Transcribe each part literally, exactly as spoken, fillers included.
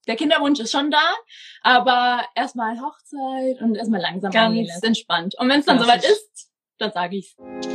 der Kinderwunsch ist schon da, aber erstmal Hochzeit und erstmal langsam angehen, ist entspannt. Und wenn es dann soweit ist, dann sage ich's.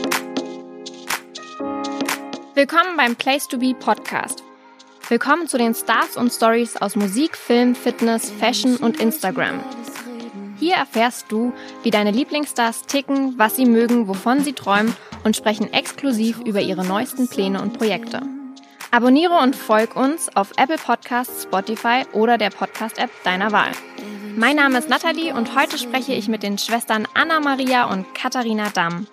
Willkommen beim Place to Be Podcast. Willkommen zu den Stars und Stories aus Musik, Film, Fitness, Fashion und Instagram. Hier erfährst du, wie deine Lieblingsstars ticken, was sie mögen, wovon sie träumen und sprechen exklusiv über ihre neuesten Pläne und Projekte. Abonniere und folg uns auf Apple Podcasts, Spotify oder der Podcast-App deiner Wahl. Mein Name ist Nathalie und heute spreche ich mit den Schwestern Anna-Maria und Katharina Damm.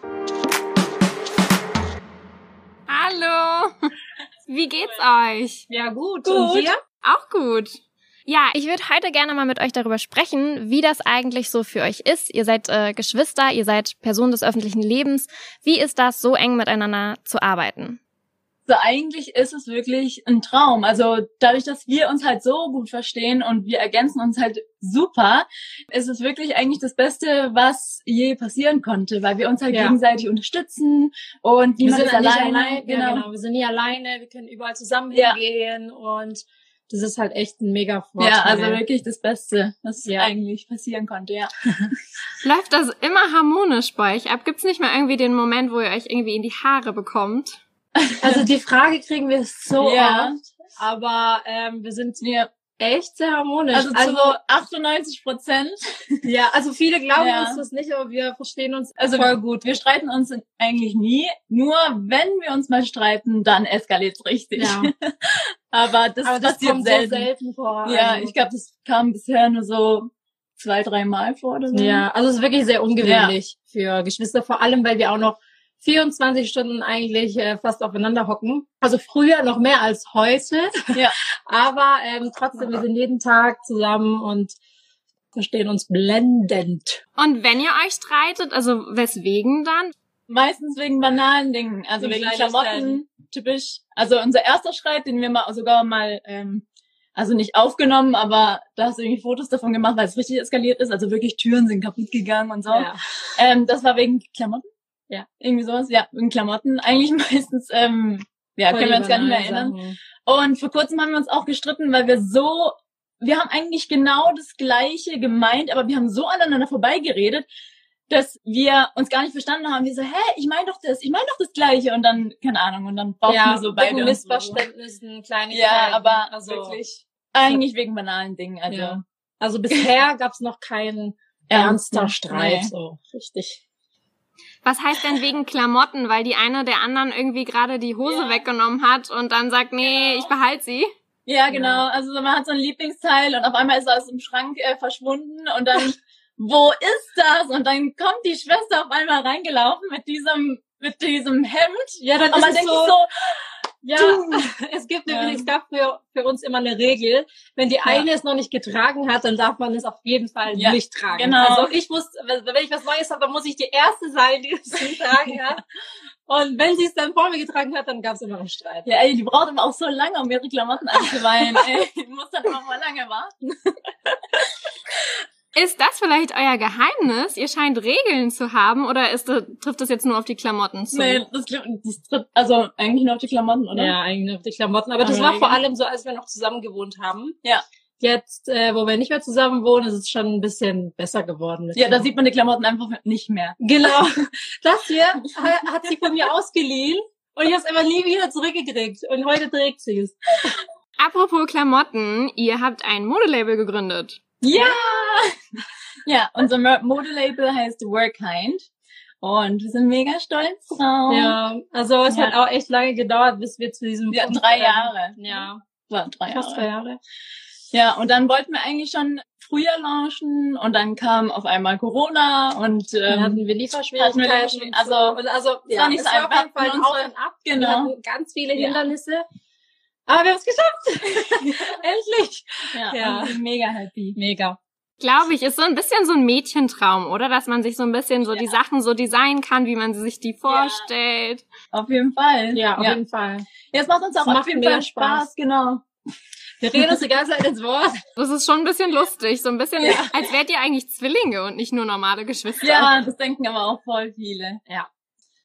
Hallo! Wie geht's euch? Ja, gut. Gut. Und dir? Auch gut. Ja, ich würde heute gerne mal mit euch darüber sprechen, wie das eigentlich so für euch ist. Ihr seid äh, Geschwister, ihr seid Personen des öffentlichen Lebens. Wie ist das, so eng miteinander zu arbeiten? So, eigentlich ist es wirklich ein Traum. Also dadurch, dass wir uns halt so gut verstehen und wir ergänzen uns halt super, ist es wirklich eigentlich das Beste, was je passieren konnte, weil wir uns halt Ja. gegenseitig unterstützen und Wir niemand sind ist halt nicht alleine. allein. Genau. Ja, genau. Wir sind nie alleine. Wir können überall zusammen Ja. hingehen und das ist halt echt ein mega Vorteil. Ja, also wirklich das Beste, was Ja. eigentlich passieren konnte, ja. Läuft das immer harmonisch bei euch ab? Gibt's nicht mal irgendwie den Moment, wo ihr euch irgendwie in die Haare bekommt? Also die Frage kriegen wir so Ja. oft, aber ähm, wir sind Ja. echt sehr harmonisch. Also, Also, zu achtundneunzig Prozent. ja, also viele glauben Ja. uns das nicht, aber wir verstehen uns Also voll gut. Wir streiten uns eigentlich nie. Nur wenn wir uns mal streiten, dann eskaliert's richtig. Ja. Aber das Aber das passiert kommt selten. so selten vor. Ja, also. ich glaube, das kam bisher nur so zwei, drei Mal vor oder so. Ja, also es ist wirklich sehr ungewöhnlich für Geschwister, vor allem, weil wir auch noch vierundzwanzig Stunden eigentlich äh, fast aufeinander hocken. Also früher noch mehr als heute. Ja. Aber ähm, trotzdem, wir sind jeden Tag zusammen und verstehen uns blendend. Und wenn ihr euch streitet, also weswegen dann? Meistens wegen banalen Dingen. Also Wegen wegen Kleinigkeiten. Klamotten, typisch. Also unser erster Streit, den wir mal sogar mal, ähm, also nicht aufgenommen, aber da hast du irgendwie Fotos davon gemacht, weil es richtig eskaliert ist. Also wirklich Türen sind kaputt gegangen und so. Ja. Ähm, das war wegen Klamotten. Ja. Irgendwie sowas. Ja, wegen Klamotten. Eigentlich meistens, ähm, ja, Voll können wir die uns gar nicht mehr banalen erinnern. Sachen. Und vor kurzem haben wir uns auch gestritten, weil wir so, wir haben eigentlich genau das Gleiche gemeint, aber wir haben so aneinander vorbeigeredet, dass wir uns gar nicht verstanden haben. Wir so, hä, ich meine doch das, ich meine doch das Gleiche. Und dann, keine Ahnung, und dann brauchen Ja, wir so beide wegen uns so. Missverständnissen, Kleinigkeiten. Ja, aber also, wirklich, eigentlich wegen banalen Dingen. Also, Ja. Also bisher gab's noch keinen ernster Streit. Nee. So, richtig. Was heißt denn wegen Klamotten? Weil die eine der anderen irgendwie gerade die Hose Ja. weggenommen hat und dann sagt, nee, ich behalte sie. Ja, genau. Also man hat so ein Lieblingsteil und auf einmal ist er aus dem Schrank äh, verschwunden und dann, wo ist das? Und dann kommt die Schwester auf einmal reingelaufen mit diesem, mit diesem Hemd. Ja, dann Und ist man es denkt so, sich so, ja, du. es gibt Ja. übrigens, es gab für, für uns immer eine Regel, wenn die eine es noch nicht getragen hat, dann darf man es auf jeden Fall Ja, nicht tragen. genau. Also ich muss, wenn ich was Neues habe, dann muss ich die Erste sein, die es getragen hat. Und wenn sie es dann vor mir getragen hat, dann gab es immer einen Streit. Ja, ey, die braucht immer auch so lange, um ihre Klamotten anzuweihen. Ey, die muss dann immer mal lange warten. Ist das vielleicht euer Geheimnis? Ihr scheint Regeln zu haben oder ist das, trifft das jetzt nur auf die Klamotten zu? Nee, das, das tritt, also eigentlich nur auf die Klamotten, oder? Ja, eigentlich auf die Klamotten. Aber das Aber war Regeln. vor allem so, als wir noch zusammen gewohnt haben. Ja. Jetzt, äh, wo wir nicht mehr zusammen wohnen, ist es schon ein bisschen besser geworden. Mit Ja, da dem- sieht man die Klamotten einfach nicht mehr. Genau. Das hier ha- hat sie von mir ausgeliehen und ich habe es aber nie wieder zurückgekriegt. Und heute trägt sie es. Apropos Klamotten, ihr habt ein Modelabel gegründet. Ja! Ja, unser Mo- Modelabel heißt Workind. Und wir sind mega stolz drauf. Ja, also es Ja. hat auch echt lange gedauert, bis wir zu diesem Ja, Punkt, drei ähm, Jahre. Ja, War drei fast drei Jahre. Jahre. Ja, und dann wollten wir eigentlich schon früher launchen und dann kam auf einmal Corona und Dann ähm, hatten wir Lieferschwierigkeiten. hatten wir Lieferschwier- und also, so. Und also es ja, war nicht es so war auf einfach jeden Fall für ein Auf unsere- und Ab. genau. Wir hatten ganz viele Ja. Hindernisse. Aber wir haben es geschafft. Endlich. ja, Ja. und wir sind mega happy. Mega. Glaube ich, ist so ein bisschen so ein Mädchentraum, oder? Dass man sich so ein bisschen so Ja. die Sachen so designen kann, wie man sich die vorstellt. Auf jeden Fall. Ja, auf ja. jeden Fall. Ja, es macht uns Es auch auf macht jeden mega Fall Spaß, Spaß. genau. Wir reden uns die ganze Zeit ins Wort. Das ist schon ein bisschen lustig, so ein bisschen, Ja. als wärt ihr eigentlich Zwillinge und nicht nur normale Geschwister. Ja, das denken aber auch voll viele. Ja.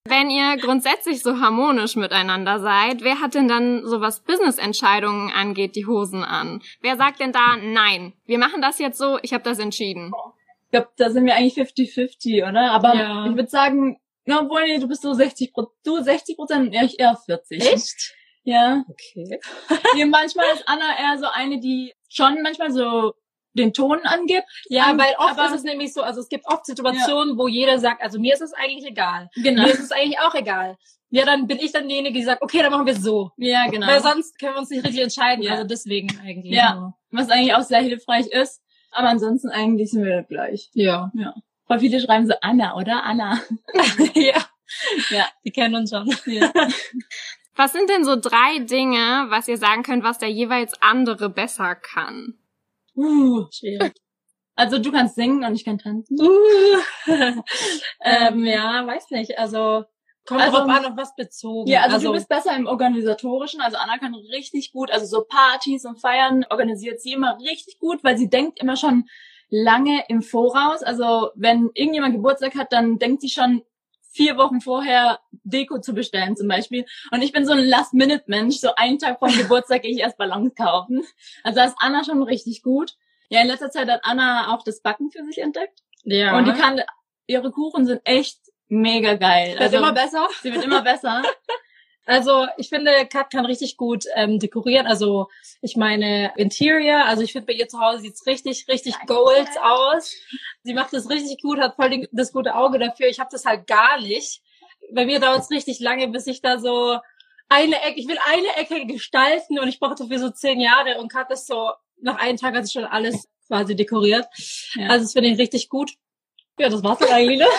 Wenn ihr grundsätzlich so harmonisch miteinander seid, wer hat denn dann so was Business-Entscheidungen angeht, die Hosen an? Wer sagt denn da, nein, wir machen das jetzt so, ich habe das entschieden? Ich glaube, da sind wir eigentlich fifty fifty, oder? Aber Ja. ich würde sagen, na, obwohl, nee, du bist so sechzig Prozent, du sechzig Prozent und ich eher vierzig. Echt? Ja. Okay. Hier manchmal ist Anna eher so eine, die schon manchmal so den Ton angibt. Ja, Um, weil oft aber, ist es nämlich so, also es gibt oft Situationen, ja. wo jeder sagt, also mir ist es eigentlich egal. Genau. Mir ist es eigentlich auch egal. Ja, dann bin ich dann diejenige, die sagt, okay, dann machen wir es so. Ja, genau. Weil sonst können wir uns nicht richtig entscheiden. Ja. Also deswegen eigentlich. Ja, nur. Was eigentlich auch sehr hilfreich ist. Aber ansonsten eigentlich sind wir gleich. Ja. Ja. Weil viele schreiben so Anna, oder? Anna. ja. Ja. Die kennen uns schon. Ja. Was sind denn so drei Dinge, was ihr sagen könnt, was der jeweils andere besser kann? Uh, schwierig. Also du kannst singen und ich kann tanzen. Uh. ähm, ja, weiß nicht. Also kommt also, drauf an, auf was bezogen. Ja, also, also du bist besser im Organisatorischen. Also Anna kann richtig gut, also so Partys und Feiern organisiert sie immer richtig gut, weil sie denkt immer schon lange im Voraus. Also wenn irgendjemand Geburtstag hat, dann denkt sie schon vier Wochen vorher Deko zu bestellen zum Beispiel. Und ich bin so ein Last-Minute-Mensch. So einen Tag vor dem Geburtstag gehe ich erst Ballons kaufen. Also da ist Anna schon richtig gut. Ja, in letzter Zeit hat Anna auch das Backen für sich entdeckt. Ja. Und die kann, ihre Kuchen sind echt mega geil. Wird Also immer besser. Sie wird immer besser. Also ich finde, Kat kann richtig gut ähm, dekorieren. Also ich meine Interior. Also ich finde, bei ihr zu Hause sieht's richtig, richtig gold aus. Sie macht das richtig gut, hat voll die, das gute Auge dafür. Ich habe das halt gar nicht. Bei mir dauert's richtig lange, bis ich da so eine Ecke, ich will eine Ecke gestalten und ich brauche dafür so zehn Jahre und Kat ist so, nach einem Tag hat sie schon alles quasi dekoriert. Ja. Also das finde ich richtig gut. Ja, das war's dann eigentlich. Ne?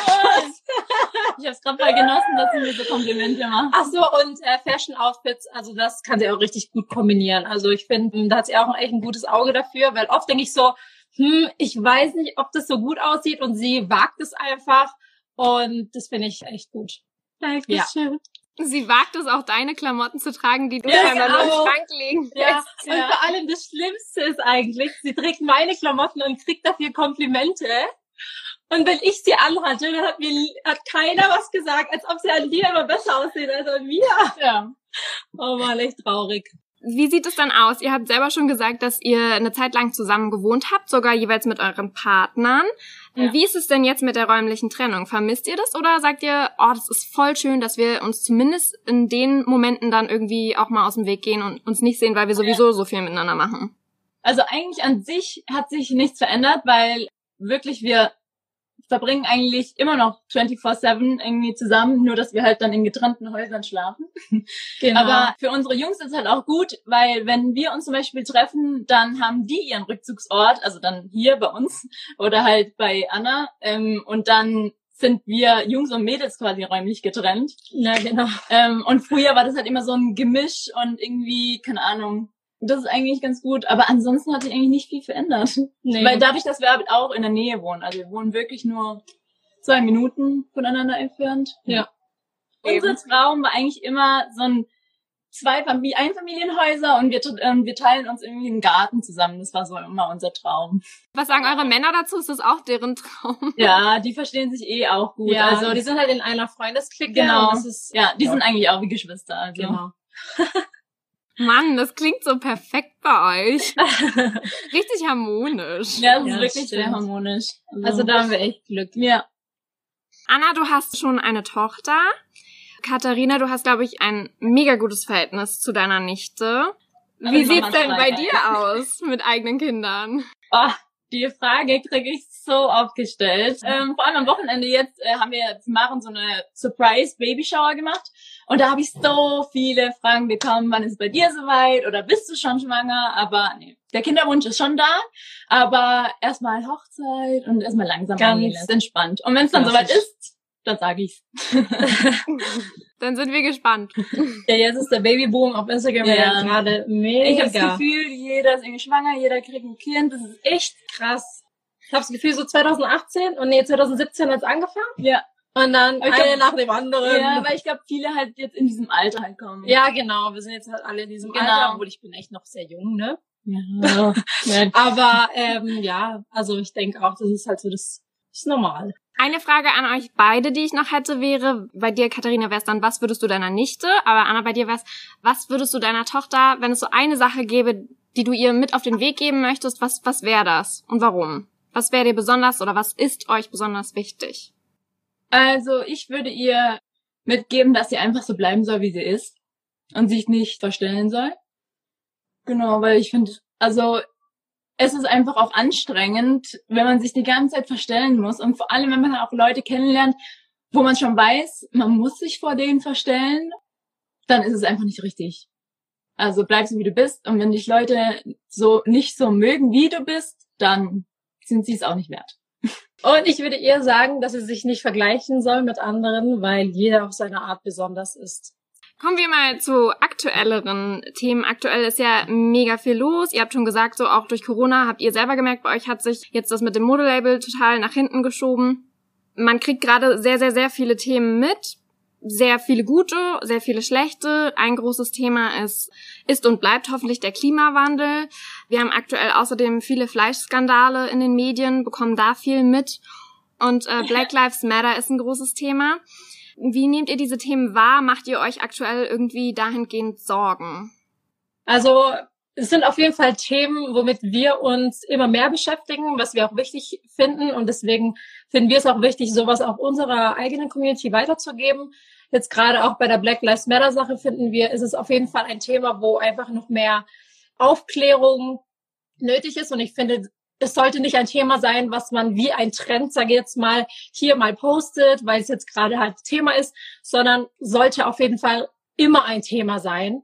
Ich hab's gerade mal genossen, dass sie mir so Komplimente macht. Ach so, und äh, Fashion Outfits, also das kann sie auch richtig gut kombinieren. Also ich finde, da hat sie auch echt ein gutes Auge dafür, weil oft denke ich so, hm, ich weiß nicht, ob das so gut aussieht und sie wagt es einfach und das finde ich echt gut. Dankeschön. Ja. Sie wagt es auch, deine Klamotten zu tragen, die du ja, scheinbar genau. nur im Schrank liegen ja. lässt. Und ja. vor allem das Schlimmste ist eigentlich, sie trägt meine Klamotten und kriegt dafür Komplimente. Und wenn ich sie anhatte, dann hat mir hat keiner was gesagt, als ob sie an dir immer besser aussehen als an mir. Ja. Oh Mann, echt traurig. Wie sieht es dann aus? Ihr habt selber schon gesagt, dass ihr eine Zeit lang zusammen gewohnt habt, sogar jeweils mit euren Partnern. Ja. Wie ist es denn jetzt mit der räumlichen Trennung? Vermisst ihr das oder sagt ihr, oh, das ist voll schön, dass wir uns zumindest in den Momenten dann irgendwie auch mal aus dem Weg gehen und uns nicht sehen, weil wir sowieso so viel miteinander machen? Also eigentlich an sich hat sich nichts verändert, weil wirklich wir verbringen eigentlich immer noch vierundzwanzig sieben irgendwie zusammen, nur dass wir halt dann in getrennten Häusern schlafen. Genau. Aber für unsere Jungs ist es halt auch gut, weil wenn wir uns zum Beispiel treffen, dann haben die ihren Rückzugsort, also dann hier bei uns oder halt bei Anna ähm, und dann sind wir Jungs und Mädels quasi räumlich getrennt. Ja, genau. Ähm, und früher war das halt immer so ein Gemisch und irgendwie, keine Ahnung, das ist eigentlich ganz gut, aber ansonsten hat sich eigentlich nicht viel verändert. Nee. Weil dadurch, dass wir halt auch in der Nähe wohnen, also wir wohnen wirklich nur zwei Minuten voneinander entfernt. Ja. Unser Traum war eigentlich immer so ein zwei Familien, Einfamilienhäuser und wir, ähm, wir teilen uns irgendwie einen Garten zusammen. Das war so immer unser Traum. Was sagen eure Männer dazu? Ist das auch deren Traum? Ja, die verstehen sich eh auch gut. Ja, also die sind halt in einer Freundesklicke. Genau. Das ist, ja, die ja. sind eigentlich auch wie Geschwister. Also. Genau. Mann, das klingt so perfekt bei euch. Richtig harmonisch. Ja, das ja, ist wirklich stimmt. sehr harmonisch. Also, also da haben wir echt Glück. Ja. Anna, du hast schon eine Tochter. Katharina, du hast, glaube ich, ein mega gutes Verhältnis zu deiner Nichte. Wie also sieht's denn bei dir aus mit eigenen Kindern? Oh, die Frage kriege ich so oft gestellt. Ähm, vor allem am Wochenende jetzt äh, haben wir zu Maren so eine Surprise-Baby-Shower gemacht. Und da habe ich so viele Fragen bekommen, wann ist es bei dir soweit oder bist du schon schwanger? Aber nee, der Kinderwunsch ist schon da, aber erstmal Hochzeit und erstmal langsam ganz entspannt. Und wenn es dann soweit ist, dann sage ich's. Dann sind wir gespannt. Ja, jetzt ist der Babyboom auf Instagram ja gerade mega. Ich habe das Gefühl, jeder ist irgendwie schwanger, jeder kriegt ein Kind. Das ist echt krass. Ich habe das Gefühl, so zwanzig achtzehn und nee, zwanzig siebzehn hat's angefangen. Ja. Und dann eine glaub, nach dem anderen. Ja, weil ich glaube, viele halt jetzt in diesem Alter halt kommen. Ja, genau. Wir sind jetzt halt alle in diesem genau. Alter, obwohl ich bin echt noch sehr jung, ne? Ja. Aber ähm, ja, also ich denke auch, das ist halt so das ist normal. Eine Frage an euch beide, die ich noch hätte, wäre, bei dir, Katharina, wäre es dann, was würdest du deiner Nichte? Aber Anna, bei dir wäre es, was würdest du deiner Tochter, wenn es so eine Sache gäbe, die du ihr mit auf den Weg geben möchtest, was, was wäre das und warum? Was wäre dir besonders oder was ist euch besonders wichtig? Also ich würde ihr mitgeben, dass sie einfach so bleiben soll, wie sie ist und sich nicht verstellen soll. Genau, weil ich finde, also es ist einfach auch anstrengend, wenn man sich die ganze Zeit verstellen muss und vor allem, wenn man auch Leute kennenlernt, wo man schon weiß, man muss sich vor denen verstellen, dann ist es einfach nicht richtig. Also bleib so, wie du bist und wenn dich Leute so nicht so mögen, wie du bist, dann sind sie es auch nicht wert. Und ich würde ihr sagen, dass sie sich nicht vergleichen soll mit anderen, weil jeder auf seine Art besonders ist. Kommen wir mal zu aktuelleren Themen. Aktuell ist ja mega viel los. Ihr habt schon gesagt, so auch durch Corona habt ihr selber gemerkt, bei euch hat sich jetzt das mit dem Modelabel total nach hinten geschoben. Man kriegt gerade sehr, sehr, sehr viele Themen mit. Sehr viele gute, sehr viele schlechte. Ein großes Thema ist, ist und bleibt hoffentlich der Klimawandel. Wir haben aktuell außerdem viele Fleischskandale in den Medien, bekommen da viel mit. Und äh, Black Lives Matter ist ein großes Thema. Wie nehmt ihr diese Themen wahr? Macht ihr euch aktuell irgendwie dahingehend Sorgen? Also es sind auf jeden Fall Themen, womit wir uns immer mehr beschäftigen, was wir auch wichtig finden. Und deswegen finden wir es auch wichtig, sowas auch unserer eigenen Community weiterzugeben. Jetzt gerade auch bei der Black Lives Matter Sache finden wir, ist es auf jeden Fall ein Thema, wo einfach noch mehr Aufklärung nötig ist. Und ich finde, es sollte nicht ein Thema sein, was man wie ein Trend, sage ich jetzt mal, hier mal postet, weil es jetzt gerade halt Thema ist, sondern sollte auf jeden Fall immer ein Thema sein.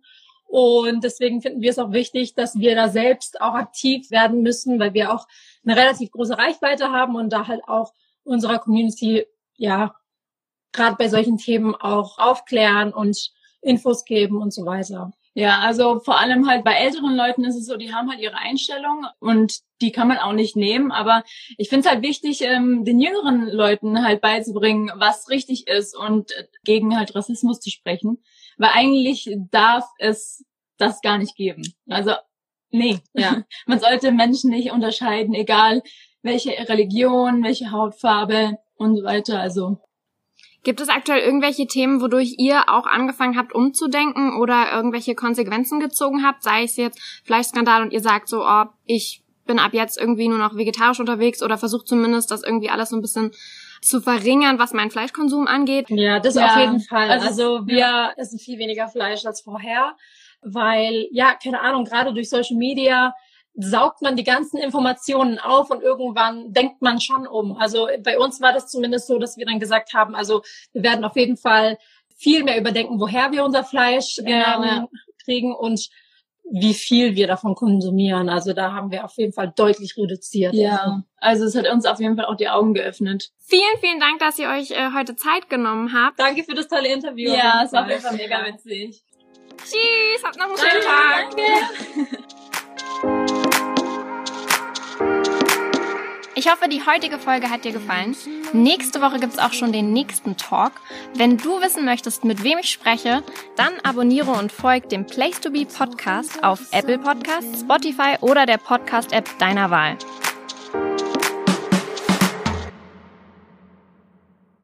Und deswegen finden wir es auch wichtig, dass wir da selbst auch aktiv werden müssen, weil wir auch eine relativ große Reichweite haben und da halt auch unserer Community, ja, gerade bei solchen Themen auch aufklären und Infos geben und so weiter. Ja, also vor allem halt bei älteren Leuten ist es so, die haben halt ihre Einstellung und die kann man auch nicht nehmen. Aber ich finde es halt wichtig, ähm, den jüngeren Leuten halt beizubringen, was richtig ist und äh, gegen halt Rassismus zu sprechen. Weil eigentlich darf es das gar nicht geben. Also, nee, ja. Man sollte Menschen nicht unterscheiden, egal welche Religion, welche Hautfarbe und so weiter. Also gibt es aktuell irgendwelche Themen, wodurch ihr auch angefangen habt umzudenken oder irgendwelche Konsequenzen gezogen habt? Sei es jetzt Fleischskandal und ihr sagt so, oh, ich bin ab jetzt irgendwie nur noch vegetarisch unterwegs oder versucht zumindest das irgendwie alles so ein bisschen zu verringern, was meinen Fleischkonsum angeht. Ja, das ja, auf jeden Fall. Also, also wir ja. essen viel weniger Fleisch als vorher, weil, ja, keine Ahnung, gerade durch Social Media saugt man die ganzen Informationen auf und irgendwann denkt man schon um. Also bei uns war das zumindest so, dass wir dann gesagt haben, also wir werden auf jeden Fall viel mehr überdenken, woher wir unser Fleisch ja, ähm, ja. kriegen und wie viel wir davon konsumieren. Also da haben wir auf jeden Fall deutlich reduziert. Ja, also es hat uns auf jeden Fall auch die Augen geöffnet. Vielen, vielen Dank, dass ihr euch äh, heute Zeit genommen habt. Danke für das tolle Interview. Ja, es war auf jeden Fall mega witzig. Tschüss, habt noch einen schönen Tag. Danke. Ich hoffe, die heutige Folge hat dir gefallen. Nächste Woche gibt's auch schon den nächsten Talk. Wenn du wissen möchtest, mit wem ich spreche, dann abonniere und folg dem Place to Be Podcast auf Apple Podcasts, Spotify oder der Podcast-App deiner Wahl.